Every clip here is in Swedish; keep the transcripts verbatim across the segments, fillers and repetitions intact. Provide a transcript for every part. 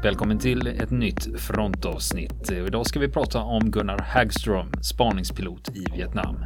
Välkommen till ett nytt frontavsnitt. Idag ska vi prata om Gunnar Hagström, spaningspilot i Vietnam.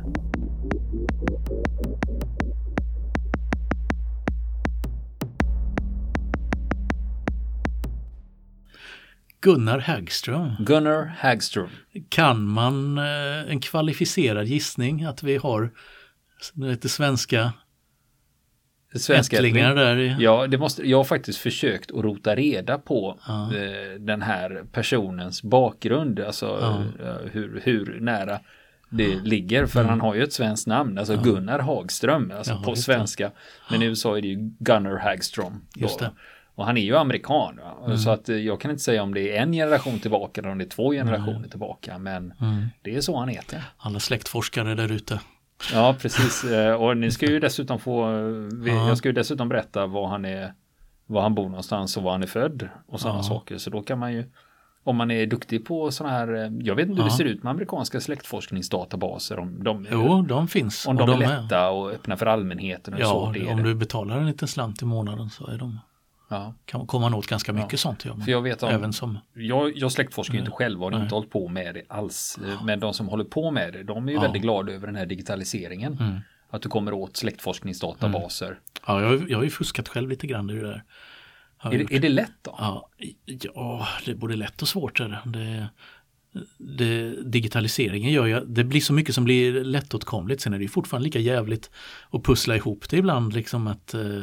Gunnar Hagström. Gunnar Hagström. Kan man eh, en kvalificerad gissning att vi har lite svenska Svenska ättlingar där? Ja, det måste, jag har faktiskt försökt att rota reda på Ja. eh, den här personens bakgrund, alltså Ja. eh, hur, hur nära det ligger, för Mm. han har ju ett svenskt namn, alltså Ja. Gunnar Hagström, alltså Ja, på just det. svenska, men i U S A är det ju Gunnar Hagström. Just det. Och han är ju amerikan, va? Mm. Så att eh, jag kan inte säga om det är en generation tillbaka eller om det är två generationer Mm. tillbaka, men Mm. det är så han heter. Alla släktforskare där ute. Ja, precis. Eh, Och ni ska ju dessutom få, vi- Ja. jag ska ju dessutom berätta var han är, var han bor någonstans och var han är född och sådana Ja. saker. Så då kan man ju, om man är duktig på sådana här, eh, jag vet inte hur Ja. det ser ut med amerikanska släktforskningsdatabaser, om de, Jo, de finns. om och de är är- lätta och öppna för allmänheten och Ja, så. Det är om det. du betalar en liten slant i månaden så är de, Ja. kan komma åt ganska mycket Ja. sånt. Ja, men För jag vet om, även som, jag, jag släktforskar ju inte Nej. själv och har Nej. inte hållit på med det alls. Eh, Men de som håller på med det, de är ju Ja. väldigt glada över den här digitaliseringen. mm. Att du kommer åt släktforskningsdatabaser. Ja, jag, jag har ju fuskat själv lite grann i det där. Har Är, jag det- är det lätt då? Ja, ja, det är både lätt och svårt. Är det. Det, det, digitaliseringen gör ju, det blir så mycket som blir lättåtkomligt. Sen är det ju fortfarande lika jävligt att pussla ihop det ibland. Liksom att eh,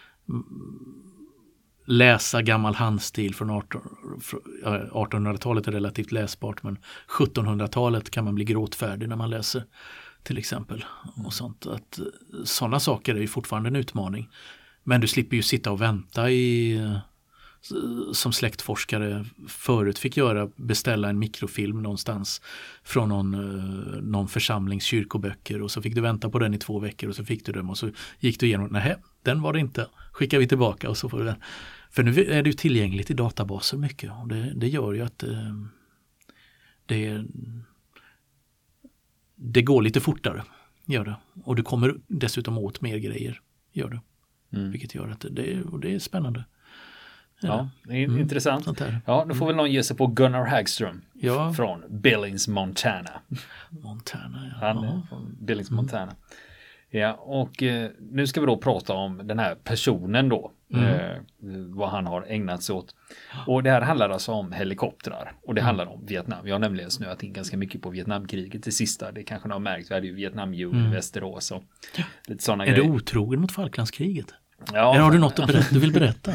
läsa gammal handstil från arton, ja, artonhundratalet är relativt läsbart, men sjuttonhundratalet kan man bli gråtfärdig när man läser till exempel. Och sånt. Att, sådana saker är ju fortfarande en utmaning. Men du slipper ju sitta och vänta i, som släktforskare förut fick göra, beställa en mikrofilm någonstans från någon, någon församlings kyrkoböcker, och så fick du vänta på den i två veckor och så fick du den och så gick du igenom, nej, den var det inte, skickar vi tillbaka och så får du den. För nu är det ju tillgängligt i databaser mycket, och det, det gör ju att eh, det, det går lite fortare, gör det. Och du kommer dessutom åt mer grejer, gör det. Mm. Vilket gör att det, och det är spännande. Ja, det är Mm. intressant. Sånt här. Ja, då får väl någon ge sig på Gunnar Hagström Ja. från Billings, Montana. Montana, ja. Han är Ja. från Billings, Montana. Ja, och eh, nu ska vi då prata om den här personen då. Mm. Eh, vad han har ägnat sig åt. Och det här handlar alltså om helikoptrar. Och det Mm. handlar om Vietnam. Jag har nämligen snöat in ganska mycket på Vietnamkriget det sista. Det kanske ni har märkt. Vi hade ju Vietnamjul Mm. i Västerås och lite sådana Är grejer. du otrogen mot Falklandskriget? Ja, Eller har du något att berätta, du vill berätta?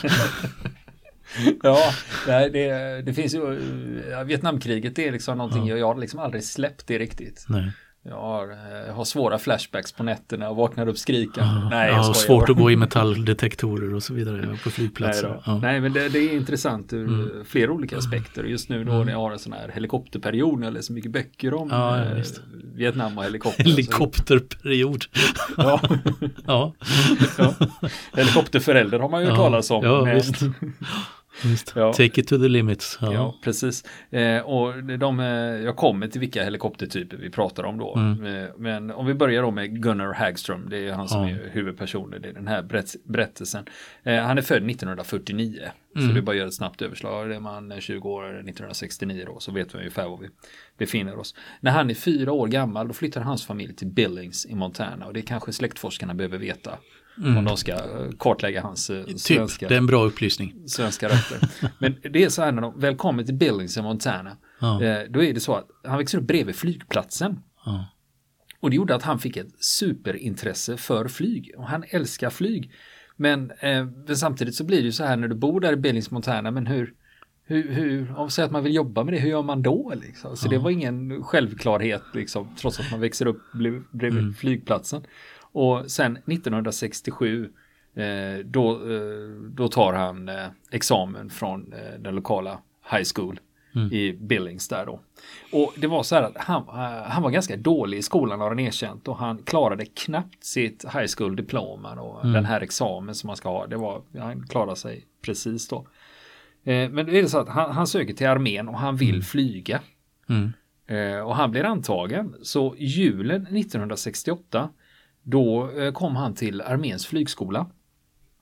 Ja, det, det, det finns ju, ja, Vietnamkriget, det är liksom någonting, Ja. jag, jag har liksom aldrig släppt det riktigt. Nej. Jag har, jag har svåra flashbacks på nätterna och vaknar upp skrikande. Ja, Nej, jag jag har skojar. svårt att gå i metalldetektorer och så vidare på Nej, flygplatser. då. Ja. Nej, men det, det är intressant ur Mm. flera olika aspekter. Just nu då Mm. när jag har en sån här helikopterperiod, när jag läser mycket böcker om Ja, ja, eh, visst. Vietnam och helikopter. Helikopterperiod. Ja. Ja. Ja. Helikopterförälder har man ju hört Ja, talas om. ja, men- visst. Visst. Ja. Take it to the limits. Ja. Ja, precis. Eh, och de, eh, jag kommer till vilka helikoptertyper vi pratar om då. Mm. Eh, men om vi börjar då med Gunnar Hagström, det är han som Ja. är huvudpersonen i den här berätt- berättelsen. Eh, han är född nittonhundrafyrtionio, Mm. så det är bara att göra ett snabbt överslag. Är man tjugo år nittonhundrasextionio då, så vet vi ungefär var vi befinner oss. När han är fyra år gammal, då flyttar hans familj till Billings i Montana, och det kanske släktforskarna behöver veta. Mm. Om de ska eh, kartlägga hans eh, Typ, svenska det är en bra upplysning. svenska rötter. Men det är så här, när de väl kommer till Billings i Montana, Ja. eh, då är det så att han växer upp bredvid flygplatsen. Ja. Och det gjorde att han fick ett superintresse för flyg. Och han älskar flyg. Men, eh, men samtidigt så blir det ju så här när du bor där i Billings, Montana, men hur, hur, hur om vi säger att man vill jobba med det, hur gör man då? Liksom? Så Ja. det var ingen självklarhet, liksom, trots att man växer upp bredvid Mm. flygplatsen. Och sen nittonhundrasextiosju eh, då, eh, då tar han eh, examen från eh, den lokala high school Mm. i Billings där då. Och det var så här att han, eh, han var ganska dålig i skolan, har han erkänt, och han klarade knappt sitt high school diploma och Mm. den här examen som man ska ha. Det var, han klarade sig precis då. Eh, men det är så att han, han söker till armén och han vill flyga. Mm. Eh, och han blir antagen. Så julen nittonhundrasextioåtta, då eh, kom han till arméns flygskola.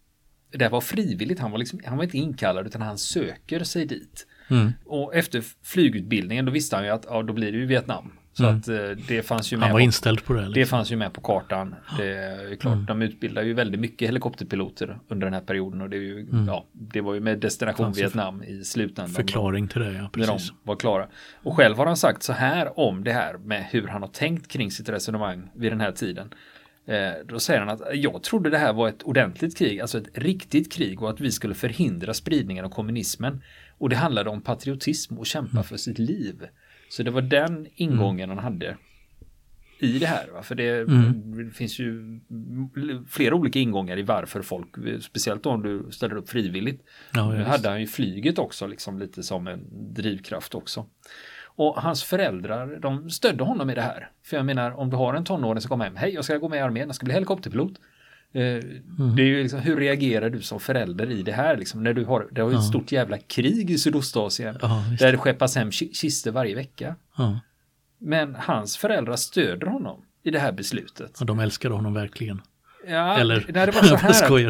det var frivilligt, han var, liksom, han var inte inkallad utan han söker sig dit. Mm. Och efter flygutbildningen då visste han ju att ja, då blir det ju Vietnam. Så mm. att eh, det fanns ju med han var på, inställd på det. Liksom. Det fanns ju med på kartan. Det är klart, mm. de utbildar ju väldigt mycket helikopterpiloter under den här perioden och det, är ju, mm. ja, det var ju med destination Vietnam i slutändan. Förklaring till det, ja, precis. När de var klara. Och själv har han sagt så här om det här med hur han har tänkt kring sitt resonemang vid den här tiden. Eh, då säger han att jag trodde det här var ett ordentligt krig, alltså ett riktigt krig och att vi skulle förhindra spridningen av kommunismen. Och det handlade om patriotism och kämpa mm. för sitt liv. Så det var den ingången mm. han hade i det här. Va? För det, mm. det finns ju flera olika ingångar i varför folk, speciellt om du ställer upp frivilligt. Ja, nu hade han ju flyget också liksom lite som en drivkraft också. Och hans föräldrar, de stödde honom i det här. För jag menar, om du har en tonåring som kommer hem, hej jag ska gå med i armén, jag ska bli helikopterpilot. Mm. Det är ju liksom, hur reagerar du som förälder i det här liksom, när du har, det har ju ett ja. stort jävla krig i Sydostasien ja, där det skeppas hem kister varje vecka. Ja. Men hans föräldrar stöder honom i det här beslutet. Och de älskade honom verkligen. Ja, eller nej, det var så här.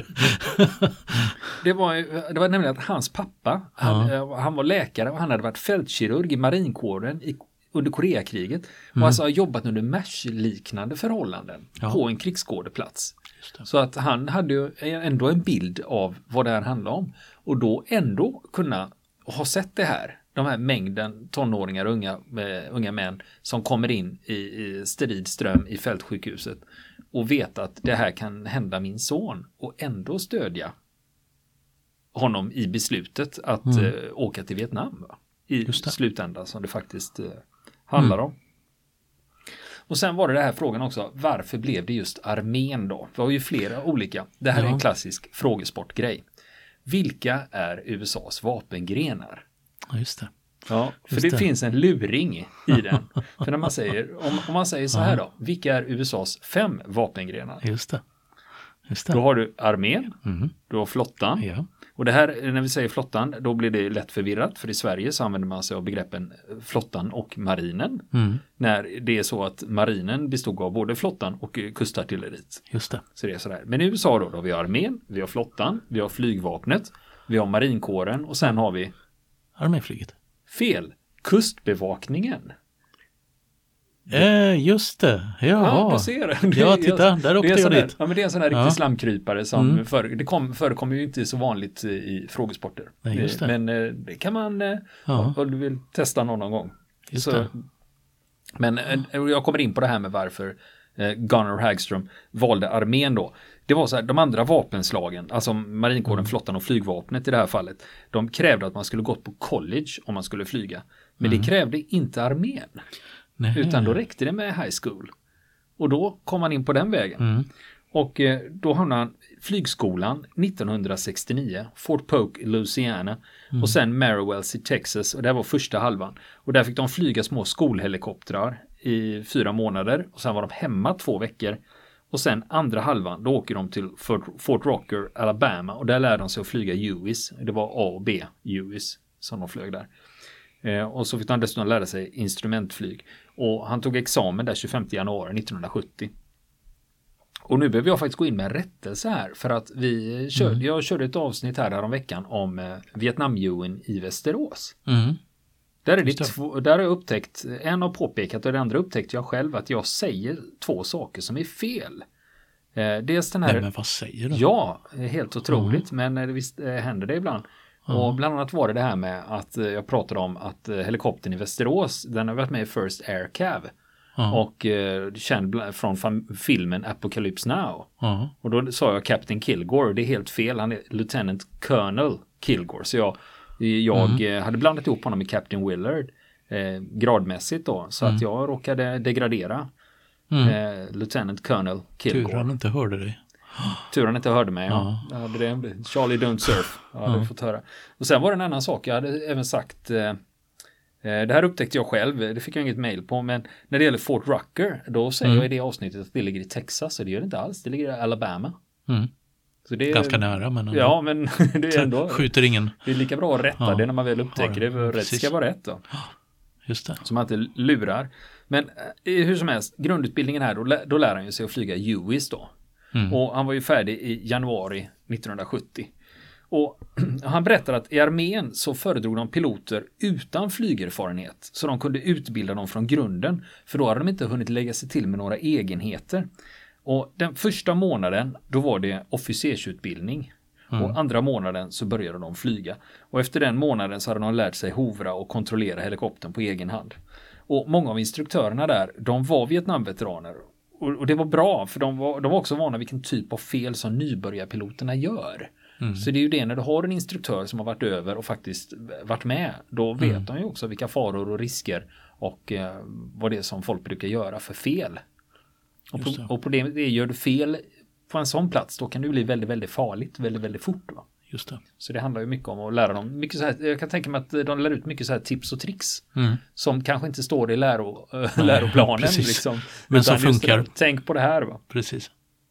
det, var, det var nämligen att hans pappa, ja. han, han var läkare och han hade varit fältkirurg i marinkåren i under Koreakriget och mm. alltså har jobbat under M A S H-liknande förhållanden ja. på en krigsskådeplats. Så att han hade ju ändå en bild av vad det här handlar om och då ändå kunna ha sett det här. De här mängden tonåringar och unga, äh, unga män som kommer in i, i strid ström i fältsjukhuset och vet att det här kan hända min son och ändå stödja honom i beslutet att mm. äh, åka till Vietnam va? I slutändan som det faktiskt äh, handlar mm. om. Och sen var det det här frågan också, varför blev det just armén då? Det var ju flera olika. Det här ja. är en klassisk frågesportgrej. Vilka är U S A:s vapengrenar? Ja, just det. Ja, för just det, det finns en luring i den. För när man säger, om, om man säger så här då, vilka är U S A:s fem vapengrenar? Just det. Just det. Då har du armén, mm. du har flottan. Ja. Och det här, när vi säger flottan, då blir det lätt förvirrat. För i Sverige så använder man sig av begreppen flottan och marinen. Mm. När det är så att marinen bestod av både flottan och kustartilleriet. Just det. Så det är sådär. Men i U S A då, då har vi armén, vi har flottan, vi har flygvapnet, vi har marinkåren och sen har vi... Arméflyget. Fel. Kustbevakningen. Eh, just det. Jaha. Ja, du ser det. Ja, titta, där åkte jag dit. Ja, men det är en sån här ja. riktig slamkrypare som mm. för, det kom, förekommer ju inte så vanligt i frågesporter. Nej, just det. Men eh, det kan man, eh, ja. om du vill testa någon, någon gång. Just så, det. Men eh, jag kommer in på det här med varför eh, Gunnar Hagström valde armén då. Det var så här, de andra vapenslagen, alltså marinkåren, mm. flottan och flygvapnet i det här fallet, de krävde att man skulle gått på college om man skulle flyga. Men mm. det krävde inte armén. Nej. Utan då räckte det med high school. Och då kom han in på den vägen. Mm. Och eh, då hamnade han flygskolan nittonhundrasextionio, Fort Polk i Louisiana mm. och sen Merriwells i Texas och det var första halvan. Och där fick de flyga små skolhelikoptrar i fyra månader och sen var de hemma två veckor. Och sen andra halvan, då åker de till Fort, Fort Rocker, Alabama och där lärde de sig att flyga U I S. Det var A och B U I S som de flög där. Eh, och så fick han dessutom lära sig instrumentflyg. Och han tog examen där tjugofemte januari nittonhundrasjuttio. Och nu behöver jag faktiskt gå in med en rättelse här. För att vi körde, mm. jag körde ett avsnitt här, här om veckan om eh, Vietnam-U i Västerås. Mm. Där, är det två, där har jag upptäckt, en har påpekat och den andra upptäckte jag själv att jag säger två saker som är fel. Eh, dels den här... Nej, men vad säger du? Ja, helt otroligt. Mm. Men eh, visst eh, händer det ibland. Mm. Och bland annat var det det här med att eh, jag pratade om att eh, helikoptern i Västerås, den har varit med i First Air Cav. Mm. Och eh, känd från fam- filmen Apocalypse Now. Mm. Och då sa jag Captain Kilgore, det är helt fel, han är Lieutenant Colonel Kilgore. Så jag, jag mm. hade blandat ihop honom med Captain Willard eh, gradmässigt då. Så mm. att jag råkade degradera mm. eh, Lieutenant Colonel Kilgore. Tur han inte hörde dig. Tur han inte hörde mig. Ja. Ja. Ja, det det. Charlie Don't Surf. Ja, det har fått höra. Och sen var det en annan sak. Jag hade även sagt... Eh, det här upptäckte jag själv. Det fick jag inget mejl på. Men när det gäller Fort Rucker. Då säger mm. jag i det avsnittet att det ligger i Texas. Och det gör det inte alls. Det ligger i Alabama. Mm. Så det är, ganska nära. Men ändå. Ja, men det är ändå... Skjuter ingen. Det är lika bra att rätta ja. det när man väl upptäcker det. För rätt ska vara rätt då. Just det. Så man inte lurar. Men hur som helst. Grundutbildningen här. Då, då lär han ju sig att flyga U I S då. Mm. Och han var ju färdig i januari nittonhundrasjuttio. Och han berättar att i armén så föredrog de piloter utan flygerfarenhet. Så de kunde utbilda dem från grunden. För då hade de inte hunnit lägga sig till med några egenheter. Och den första månaden då var det officersutbildning. Mm. Och andra månaden så började de flyga. Och efter den månaden så hade de lärt sig hovra och kontrollera helikoptern på egen hand. Och många av instruktörerna där, de var Vietnamveteraner. Och, och det var bra, för de var, de var också vana vilken typ av fel som nybörjarpiloterna gör. Mm. Så det är ju det, när du har en instruktör som har varit över och faktiskt varit med, då vet mm. de ju också vilka faror och risker och eh, vad det är som folk brukar göra för fel. Och, pro- och problemet är, gör du fel på en sån plats, då kan det bli väldigt, väldigt farligt, väldigt, väldigt fort. Va? Just det. Så det handlar ju mycket om att lära dem, mycket så här, jag kan tänka mig att de lär ut mycket så här tips och tricks mm. som kanske inte står i läro, äh, läroplanen. Liksom, men som funkar. Just, tänk på det här. Va? Precis.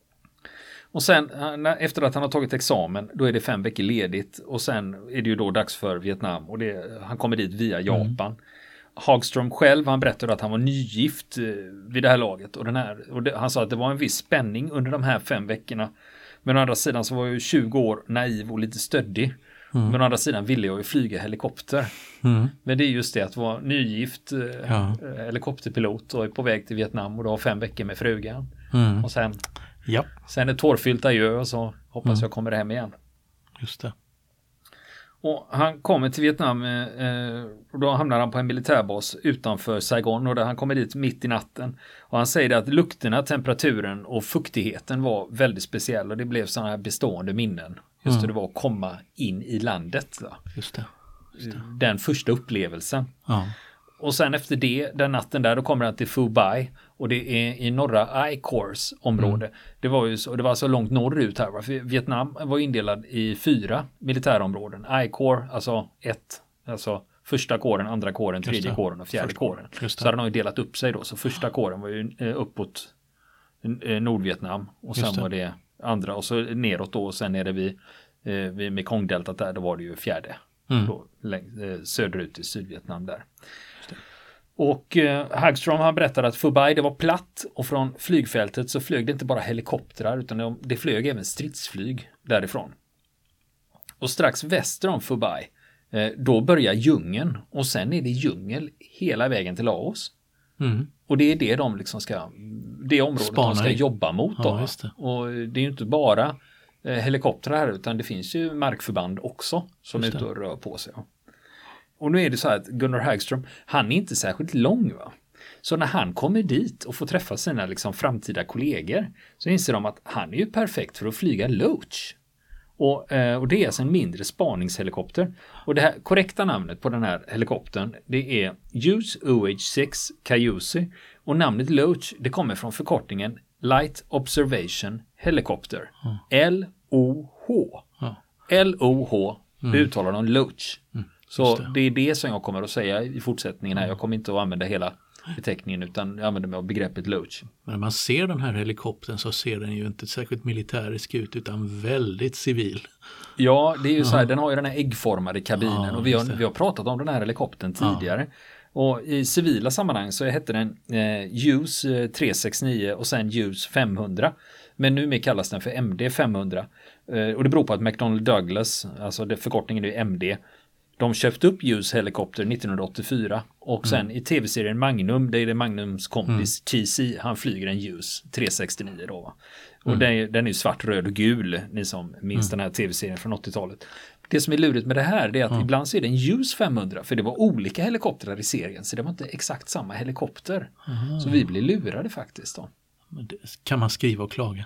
Och sen efter att han har tagit examen, då är det fem veckor ledigt och sen är det ju då dags för Vietnam och det, han kommer dit via Japan. Mm. Hagström själv, han berättade att han var nygift vid det här laget och, den här, och det, han sa att det var en viss spänning under de här fem veckorna. Men å andra sidan så var jag ju tjugo år naiv och lite stöddig. Mm. Men å andra sidan ville jag ju flyga helikopter. Mm. Men det är just det att vara nygift ja. helikopterpilot och är på väg till Vietnam och då har fem veckor med frugan. Mm. Och sen, ja. sen är tårfyllt adjö och så hoppas mm. jag kommer hem igen. Just det. Och han kommer till Vietnam eh, och då hamnar han på en militärbas utanför Saigon och där han kommer dit mitt i natten. Och han säger att lukterna, temperaturen och fuktigheten var väldigt speciell och det blev sådana här bestående minnen. Just mm. det var att komma in i landet. Va? Just det. Just det. Den första upplevelsen. Ja. Och sen efter det, den natten där, då kommer han till Phu Bai och det är i norra I Corps område. Mm. Det var ju så, det var så långt norrut här. För Vietnam var indelad i fyra militärområden. I Corps, alltså ett, alltså första kåren, andra kåren, tredje kåren och fjärde kåren. Så hade de ju delat upp sig då. Så första kåren var ju uppåt Nordvietnam och sen var det andra och så neråt då och sen är det vid, vid Mekongdeltat där, då var det ju fjärde. Mm. Då, söderut i Sydvietnam där. Och eh, Hagström han berättar att Phu Bai det var platt och från flygfältet så flög det inte bara helikoptrar utan det, det flög även stridsflyg därifrån. Och strax väster om Phu Bai eh, då börjar djungeln och sen är det djungel hela vägen till Laos. Mm. Och det är det de liksom ska, det området Spana de ska i. jobba mot då. Ja, det. Och det är ju inte bara eh, helikoptrar här utan det finns ju markförband också som är ute och rör på sig. Ja. Och nu är det så här att Gunnar Hagström, han är inte särskilt lång va. Så när han kommer dit och får träffa sina liksom framtida kollegor så inser de att han är ju perfekt för att flyga Loach. Och, eh, och det är alltså en mindre spaningshelikopter. Och det här korrekta namnet på den här helikoptern det är Hughes O H sex Cayuse och namnet Loach det kommer från förkortningen Light Observation Helicopter. Mm. L O H. Mm. L O H mm. uttalar de Loach. Mm. Så det. det är det som jag kommer att säga i fortsättningen här. Jag kommer inte att använda hela beteckningen utan jag använder mig av begreppet Loach. Men när man ser den här helikoptern så ser den ju inte särskilt militärisk ut utan väldigt civil. Ja, det är ju så här, den har ju den här äggformade kabinen ja, och vi har, vi har pratat om den här helikoptern tidigare. Ja. Och i civila sammanhang så hette den eh, Hughes tre sextionio och sen Hughes femhundra. Men nu kallas den för M D femhundra. Eh, och det beror på att McDonnell Douglas, alltså det, förkortningen är M D. De köpte upp Hughes helikopter nittonhundraåttiofyra och sen mm. i tv-serien Magnum, det är det Magnums kompis mm. T C, han flyger en Hughes tre sextionio då va? Och mm. den, är, den är ju svart, röd och gul, ni som minns mm. den här tv-serien från åttiotalet. Det som är lurigt med det här det är att mm. ibland så är det en Hughes femhundra för det var olika helikoptrar i serien så det var inte exakt samma helikopter. Mm. Så vi blir lurade faktiskt då. Men det kan man skriva och klaga.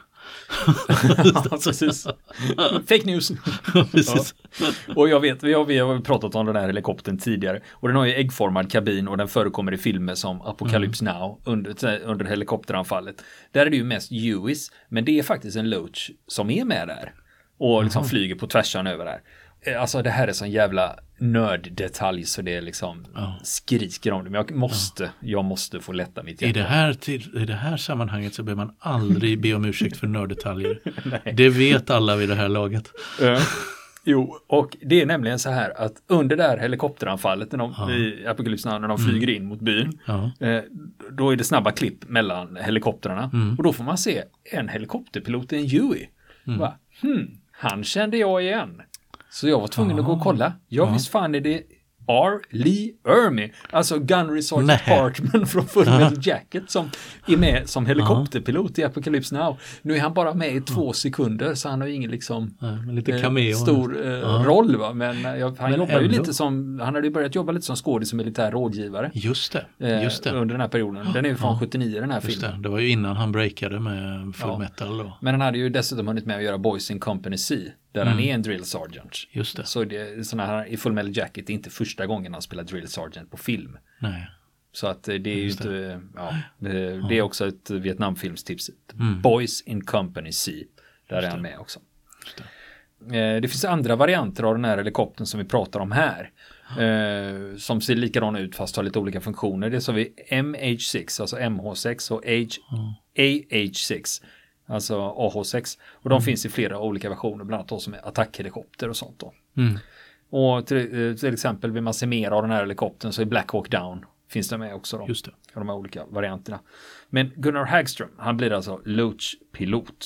Ja, precis. Fake news. Precis. Ja. Och jag vet, vi har, vi har pratat om den här helikoptern tidigare. Och den har ju äggformad kabin och den förekommer i filmer som Apocalypse mm. Now under, under helikopteranfallet. Där är det ju mest Hughes, men det är faktiskt en Loach som är med där. Och liksom mm. flyger på tvärsan över där. Alltså det här är sån jävla nörddetalj så det liksom oh. skriker om det. Men jag måste, oh. jag måste få lätta mitt hjärta. I det här, till, i det här sammanhanget så behöver man aldrig be om ursäkt för nörddetaljer. Det vet alla vid det här laget. Jo, och det är nämligen så här att under det här helikopteranfallet när de, Ja. i Apocalypse Now, när de flyger Mm. in mot byn, Ja. eh, då är det snabba klipp mellan helikoptrarna. Mm. Och då får man se en helikopterpilot i en Huey. Mm. Bara, hmm, han kände jag igen. Så jag var tvungen Ja. att gå och kolla. Ja, Ja. visst fan är det R. Lee Ermey, alltså Gunnery Sergeant Nej. Hartman från Full Metal Jacket som är med som helikopterpilot i Apocalypse Now. Nu är han bara med i två sekunder så han har ju ingen liksom Ja, men lite eh, cameo. stor eh, Ja. roll va, men eh, jag, han Men jobbar ju ändå. lite som, han hade ju börjat jobba lite som skådis och militär rådgivare Just det, eh, just det. under den här perioden. Den är ju från Ja. sjuttionio den här Just filmen. det. Det var ju innan han breakade med full Ja. metal då. Men han hade ju dessutom hunnit med att göra Boys in Company C, där han Mm. är en drill sergeant. Just det. Så det, såna här i Full Metal Jacket är inte första gången han spelar drill sergeant på film. Nej. Så att eh, det är ju Just inte, ja, det, det är också ett Vietnamfilmstips. Mm. Boys in Company C, där Just är han det. med också. Just Eh, det finns andra varianter av den här helikoptern som vi pratar om här. Eh, som ser likadana ut fast har lite olika funktioner. Det är så vi M H sex, alltså M H sex och H, Mm. A H sex, alltså A H sex. Och de Mm. finns i flera olika versioner, bland annat då som är attackhelikopter och sånt då. Mm. Och till, eh, till exempel vill man se mer av den här helikoptern så är Black Hawk Down finns det med också då. Just det. Av de här olika varianterna. Men Gunnar Hagström, han blir alltså Loach-pilot.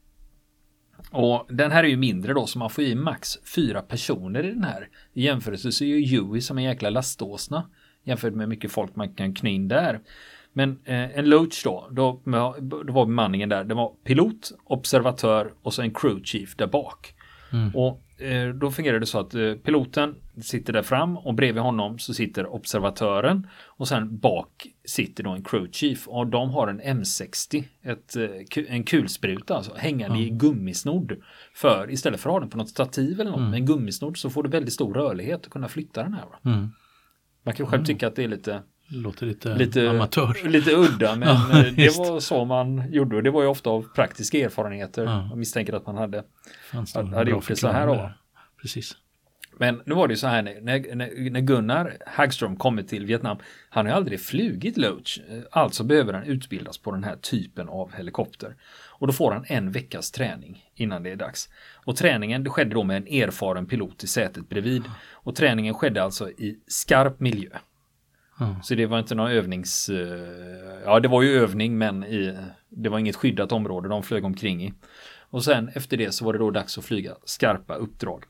Och den här är ju mindre då, så man får i max fyra personer i den här. I jämförelse så är ju Huey som en jäkla laståsna jämfört med hur mycket folk man kan knä in där. Men eh, en Loach då, då, då var bemanningen där, det var pilot, observatör och så en crew chief där bak. Mm. Och eh, då fungerar det så att eh, piloten sitter där fram och bredvid honom så sitter observatören och sen bak sitter då en crew chief och de har en M sextio, ett, eh, ku- en kulspruta alltså, hängande i gummisnodd. För istället för att ha den på något stativ eller något Mm. med en gummisnodd så får du väldigt stor rörlighet att kunna flytta den här. Va? Mm. Man kan ju själv tycka att det är lite Låter lite, Lite, amatör. lite udda, men Ja, eh, det just. var så man gjorde och det var ju ofta av praktiska erfarenheter. Ja. Jag misstänker att man hade. Fanns det hade en bra gjort det så här förklaring då. där. Precis. Men nu var det ju så här när, när, när Gunnar Hagström kommer till Vietnam, han har ju aldrig flugit Loach, alltså behöver han utbildas på den här typen av helikopter. Och då får han en veckas träning innan det är dags. Och träningen det skedde då med en erfaren pilot i sätet bredvid. Och träningen skedde alltså i skarp miljö. Ja. Så det var inte någon övnings... eh, Ja, det var ju övning, men i, det var inget skyddat område de flög omkring i. Och sen efter det så var det då dags att flyga skarpa uppdrag.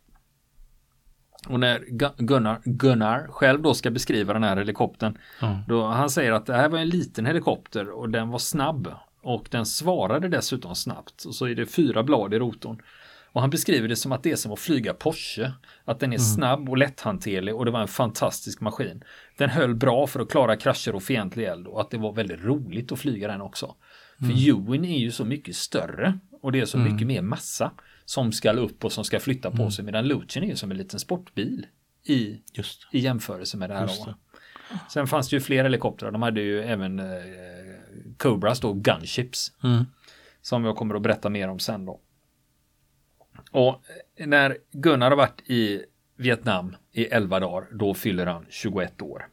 Och när Gu- Gunnar, Gunnar själv då ska beskriva den här helikoptern, Ja. då han säger att det här var en liten helikopter och den var snabb. Och den svarade dessutom snabbt. Och så är det fyra blad i rotorn. Och han beskriver det som att det är som att flyga Porsche. Att den är snabb och lätthanterlig och det var en fantastisk maskin. Den höll bra för att klara krascher och fientlig eld och att det var väldigt roligt att flyga den också. För Hueyn är ju så mycket större och det är så mycket mer massa som ska upp och som ska flytta på sig, medan Loachen är ju som en liten sportbil i, Just. i jämförelse med det här. Just Då. det. Sen fanns det ju fler helikoptrar. De hade ju även eh, Cobras då, gunships. Mm. Som jag kommer att berätta mer om sen då. Och när Gunnar har varit i Vietnam i elva dagar, då fyller han tjugoett år.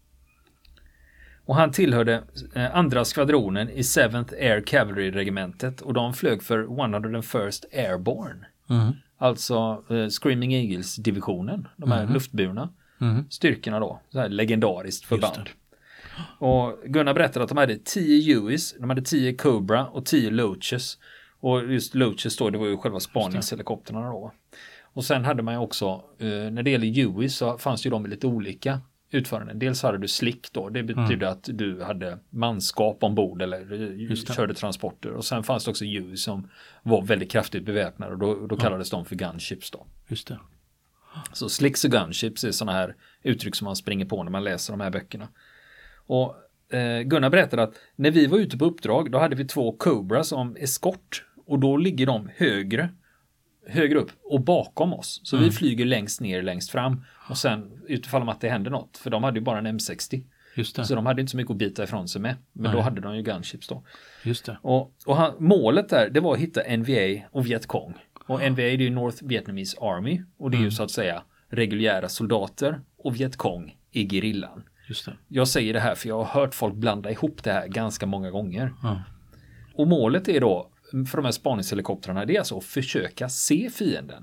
Och han tillhörde eh, andra skvadronen i seventh Air Cavalry-regementet och de flög för etthundrafirst Airborne. Mm. Alltså eh, Screaming Eagles-divisionen, de här Mhm. luftburna Mm. styrkorna då. Så här legendariskt förband. det. Och Gunnar berättade att de hade tio Hueys, de hade tio Cobra och tio Loaches. Och just Loaches då, det var ju själva spaningshelikopterna då. Och sen hade man ju också, eh, när det gäller Huey så fanns ju de lite olika utföranden. Dels hade du slick då, det betydde att du hade manskap ombord eller Just det. körde transporter. Och sen fanns det också Huey som var väldigt kraftigt beväpnade och då, då kallades de för gunships då. Just det. Så slicks och gunships är sådana här uttryck som man springer på när man läser de här böckerna. Och eh, Gunnar berättade att när vi var ute på uppdrag då hade vi två Cobra som eskort och då ligger de högre högre upp och bakom oss. Så Mm. vi flyger längst ner, längst fram och sen utifall om att det hände något, för de hade ju bara en M sextio. Just det. Så de hade inte så mycket att bita ifrån sig med. Men Nej. då hade de ju gunships då. Just det. Och, och han, målet där, det var att hitta N V A och Vietcong. Och N V A det är ju North Vietnamese Army och det är ju så att säga reguljära soldater och Vietcong i gerillan. Just det. Jag säger det här för jag har hört folk blanda ihop det här ganska många gånger. Ja. Och målet är då för de här spaningshelikoptrarna, det är alltså att försöka se fienden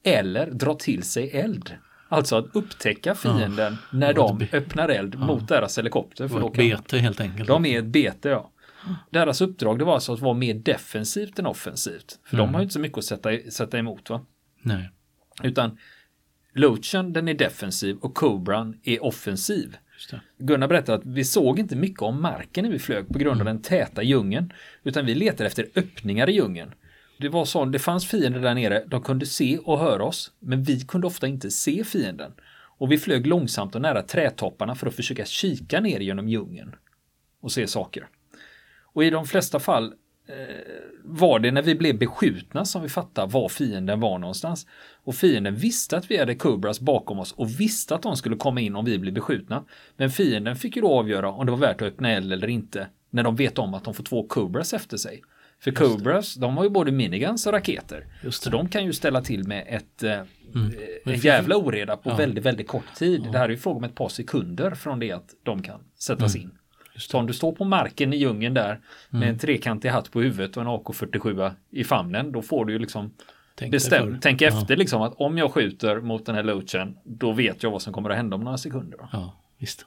eller dra till sig eld. Alltså att upptäcka fienden ja. när de be- öppnar eld ja. mot deras helikopter. För då kan bete helt enkelt. De är ett bete, ja. Deras uppdrag det var alltså att vara mer defensivt än offensivt. För mm. de har ju inte så mycket att sätta, sätta emot, va? Nej. Utan Loachen, den är defensiv och Cobran är offensiv. Gunnar berättade att vi såg inte mycket om marken när vi flög på grund av mm. den täta djungeln, utan vi letade efter öppningar i djungeln. Det var så, det fanns fiender där nere, de kunde se och höra oss, men vi kunde ofta inte se fienden. Och vi flög långsamt och nära trädtopparna för att försöka kika ner genom djungeln och se saker. Och i de flesta fall eh, var det när vi blev beskjutna som vi fattade var fienden var någonstans. Och fienden visste att vi hade Cobras bakom oss och visste att de skulle komma in om vi blev beskjutna. Men fienden fick ju då avgöra om det var värt att öppna eld eller inte när de vet om att de får två Cobras efter sig. För Cobras, de har ju både miniguns och raketer. Så de kan ju ställa till med ett eh, mm. en jävla oreda på ja. väldigt, väldigt kort tid. Ja. Det här är ju fråga om ett par sekunder från det att de kan sättas mm. in. Så om du står på marken i djungeln där mm. med en trekantig hatt på huvudet och en A K fyrtiosju i famnen, då får du ju liksom tänk, bestäm- tänk efter ja. liksom att om jag skjuter mot den här Loachen, då vet jag vad som kommer att hända om några sekunder. Då. Ja, visst.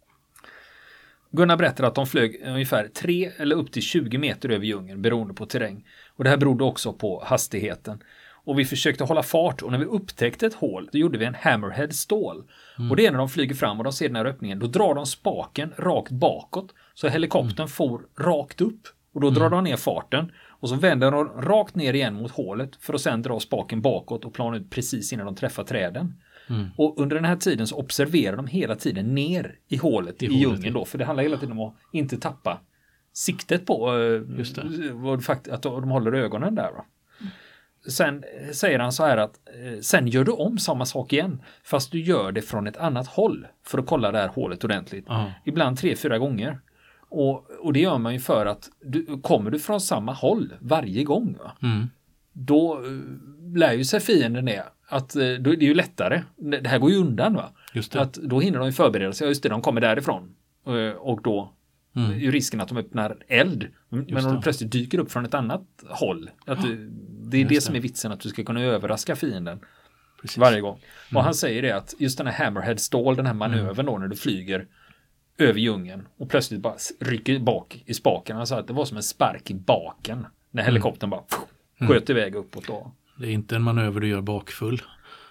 Gunnar berättar att de flög ungefär tre eller upp till tjugo meter över djungeln beroende på terräng. Och det här berodde också på hastigheten. Och vi försökte hålla fart och när vi upptäckte ett hål då gjorde vi en hammerhead stall. Mm. Och det är när de flyger fram och de ser den här öppningen. Då drar de spaken rakt bakåt så helikoptern mm. får rakt upp. Och då drar mm. de ner farten och så vänder de rakt ner igen mot hålet för att sedan dra spaken bakåt och plana ut precis innan de träffar träden. Mm. Och under den här tiden så observerar de hela tiden ner i hålet i, i djungeln då. För det handlar hela tiden om att inte tappa siktet på Just det. att de håller ögonen där va. Sen säger han så här att sen gör du om samma sak igen fast du gör det från ett annat håll för att kolla det här hålet ordentligt. Uh-huh. Ibland tre, fyra gånger. Och, och det gör man ju för att du, kommer du från samma håll varje gång va? Mm. Då lär ju sig fienden det att då, det är ju lättare. Det här går ju undan va? Just det. Att då hinner de ju förbereda sig. Just det, de kommer därifrån. Och då mm. är ju risken att de öppnar eld. Men om de plötsligt dyker upp från ett annat håll. Att du, det är just det, det som är vitsen att du ska kunna överraska fienden. Precis. Varje gång. Mm. Och han säger det att just den här hammerhead stall, den här manövern mm. då när du flyger över djungeln och plötsligt bara rycker bak i spaken. Han sa att det var som en spark i baken när helikoptern bara pff, mm. sköt iväg uppåt då. Det är inte en manöver du gör bakfull.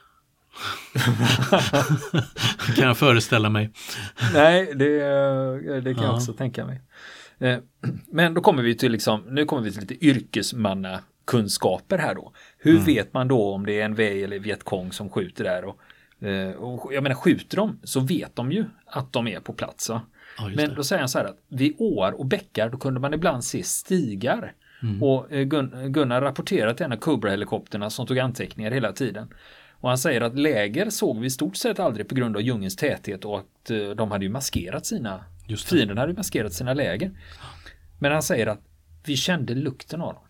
Kan jag föreställa mig. Nej, det, det kan ja. jag också tänka mig. Men då kommer vi till liksom, nu kommer vi till lite yrkesmannakunskaper här då. Hur mm. vet man då om det är en V eller Vietkong som skjuter där och, och jag menar skjuter de så vet de ju att de är på plats. Ja, men då säger han så här att vid åar och bäckar då kunde man ibland se stigar. Mm. Och Gun- Gunnar rapporterat till en av Cobra-helikopterna som tog anteckningar hela tiden. Och han säger att läger såg vi i stort sett aldrig på grund av djungens täthet och att uh, de hade ju maskerat sina fienderna hade ju maskerat sina läger. Men han säger att vi kände lukten av dem.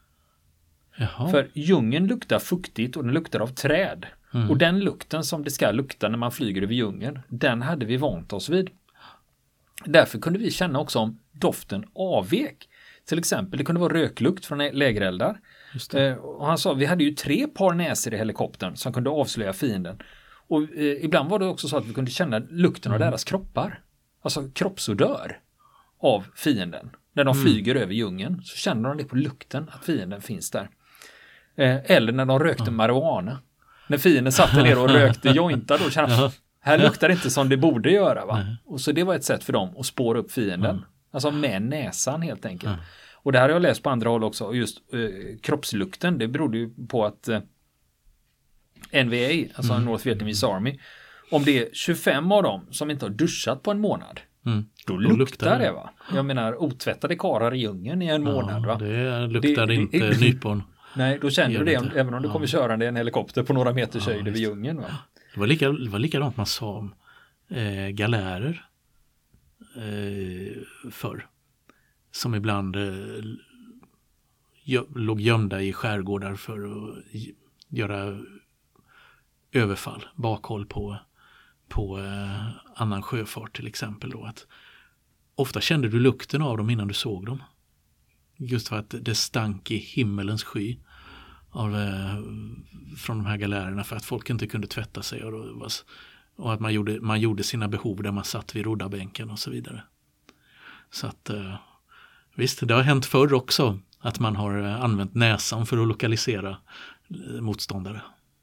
Jaha. För djungeln luktar fuktigt och den luktar av träd. Mm. Och den lukten som det ska lukta när man flyger över djungeln, den hade vi vant oss vid. Därför kunde vi känna också om doften avvek. Till exempel, det kunde vara röklukt från lägereldar. Eh, och han sa, vi hade ju tre par näsor i helikoptern som kunde avslöja fienden. Och eh, ibland var det också så att vi kunde känna lukten mm. av deras kroppar. Alltså kroppsodör av fienden. När de mm. flyger över djungeln så känner de det på lukten att fienden finns där. Eh, eller när de rökte mm. marijuana. När fienden satt ner och rökte jointar då kände de, här luktar det inte som det borde göra va. Mm. Och så det var ett sätt för dem att spåra upp fienden. Mm. Alltså med näsan helt enkelt. Mm. Och det här har jag läst på andra håll också. Och just eh, kroppslukten, det berodde ju på att eh, N V A, alltså mm. North Vietnamese Army, om det är tjugofem av dem som inte har duschat på en månad, mm. då, då luktar, luktar det va? Jag menar, otvättade karar i djungeln i en ja, månad va? Det luktar det, inte det, nypon. Nej, då känner du det, det även om du ja. kommer körande en helikopter på några meters höjd ja, över djungeln va? Det var, lika, det var likadant man sa om eh, galärer eh, förr. Som ibland eh, gö- låg gömda i skärgårdar för att göra överfall, bakhåll på, på eh, annan sjöfart till exempel. Då. Att ofta kände du lukten av dem innan du såg dem. Just för att det stank i himmelens sky av eh, från de här galärerna för att folk inte kunde tvätta sig och, då, och att man gjorde, man gjorde sina behov där man satt vid roddarbänken och så vidare. Så att eh, visst, det har hänt förr också att man har använt näsan för att lokalisera eh, motståndare.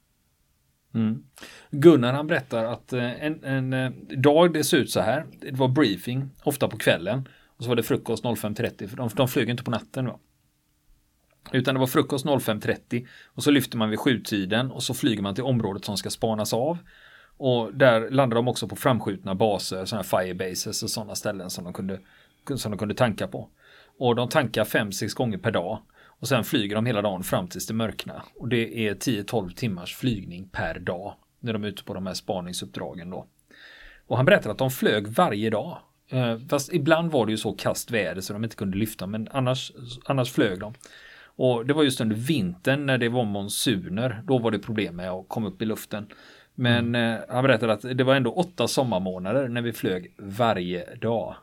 Mm. Gunnar han berättar att en, en, en dag det ser ut så här. Det var briefing, ofta på kvällen. Och så var det frukost fem trettio, för de, de flög inte på natten va? Utan det var frukost fem trettio och så lyfter man vid sjutiden och så flyger man till området som ska spanas av. Och där landar de också på framskjutna baser, sådana här firebases och sådana ställen som de kunde, som de kunde tanka på. Och de tankar fem sex gånger per dag. Och sen flyger de hela dagen fram tills det mörknar. Och det är tio tolv timmars flygning per dag när de är ute på de här spaningsuppdragen då. Och han berättar att de flög varje dag. Eh, fast ibland var det ju så kast väder så de inte kunde lyfta. Men annars, annars flög de. Och det var just under vintern när det var monsuner. Då var det problem med att komma upp i luften. Men mm. eh, han berättade att det var ändå åtta sommarmånader när vi flög varje dag.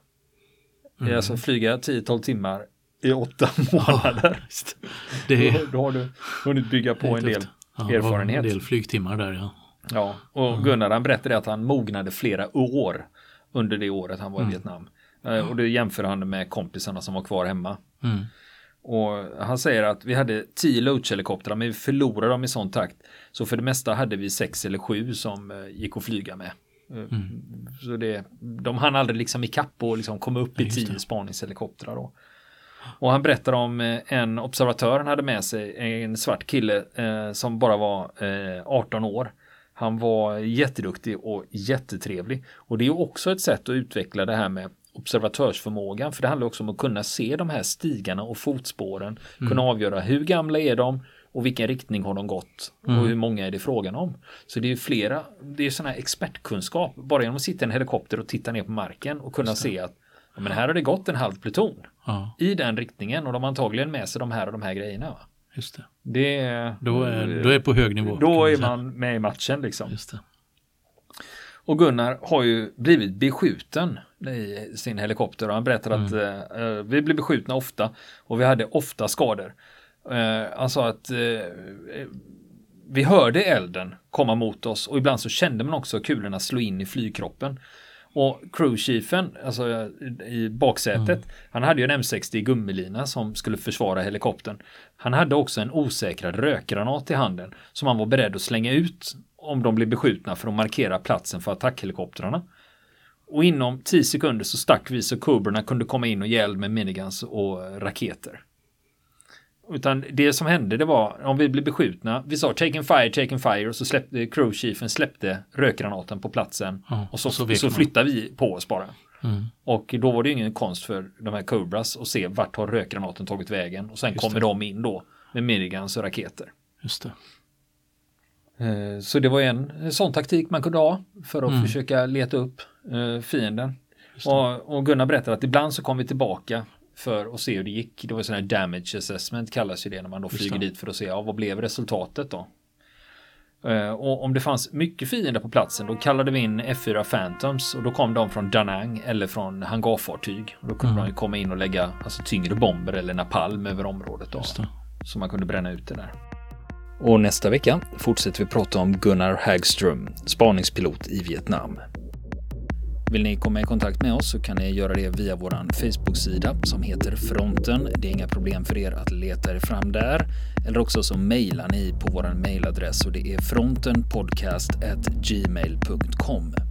Mm. Alltså flyga tio tolv timmar i åtta månader. Ja, det är... då, då har du hunnit bygga på en del ja, erfarenhet. En del flygtimmar där, ja. Ja, och mm. Gunnar han berättade att han mognade flera år under det året han var mm. i Vietnam. Mm. Och det jämför han med kompisarna som var kvar hemma. Mm. Och han säger att vi hade tio Loach-helikoptrar men vi förlorade dem i sån takt. Så för det mesta hade vi sex eller sju som gick att flyga med. Mm. Så det, de hann aldrig liksom i kapp och liksom kom upp i tio spaningshelikoptrar då. Och han berättar om en observatör han hade med sig, en svart kille eh, som bara var eh, arton år. Han var jätteduktig och jättetrevlig. Och det är ju också ett sätt att utveckla det här med observatörsförmågan. För det handlar också om att kunna se de här stigarna och fotspåren. Mm. Kunna avgöra hur gamla är de och vilken riktning har de gått. Mm. Och hur många är det frågan om. Så det är ju flera, det är sån här expertkunskap. Bara genom att sitta i en helikopter och titta ner på marken och kunna se att ja, men här har det gått en halv pluton ja. I den riktningen och de har antagligen med sig de här och de här grejerna. Va? Just det. det då, är, då är på hög nivå. Då är man med i matchen liksom. Just det. Och Gunnar har ju blivit beskjuten i sin helikopter och han berättar mm. att uh, vi blir beskjutna ofta och vi hade ofta skador. Uh, han sa att uh, vi hörde elden komma mot oss och ibland så kände man också kulorna slå in i flygkroppen. Och crewchiefen, alltså i baksätet, mm. han hade ju en M sextio i gummilina som skulle försvara helikoptern. Han hade också en osäkrad rökgranat i handen som han var beredd att slänga ut om de blev beskjutna för att markera platsen för attackhelikoptrarna. Och inom tio sekunder så stack vi så Cobrorna kunde komma in och hjälpa med miniguns och raketer. Utan det som hände det var om vi blev beskjutna, vi sa taken fire, taken fire och så släppte crewchiefen släppte rökgranaten på platsen ja, och så, så, så flyttade vi på oss bara. Mm. Och då var det ju ingen konst för de här Cobras att se vart har rökgranaten tagit vägen och sen Just kommer det. de in då med miniguns och raketer. Just det. Så det var en sån taktik man kunde ha för att mm. försöka leta upp fienden. Och, och Gunnar berättar att ibland så kom vi tillbaka för att se hur det gick. Det var sån här damage assessment kallas ju det när man då flyger dit för att se ja, vad blev resultatet då. Uh, och om det fanns mycket fiender på platsen då kallade vi in F fyra Phantoms och då kom de från Da Nang eller från hangarfartyg. Och då kunde mm. de komma in och lägga alltså, tyngre bomber eller napalm över området då. Så man kunde bränna ut det där. Och nästa vecka fortsätter vi prata om Gunnar Hagström, spaningspilot i Vietnam. Vill ni komma i kontakt med oss så kan ni göra det via vår Facebook-sida som heter Fronten. Det är inga problem för er att leta er fram där. Eller också så mejlar ni på vår mejladress och det är frontenpodcast at gmail punkt com.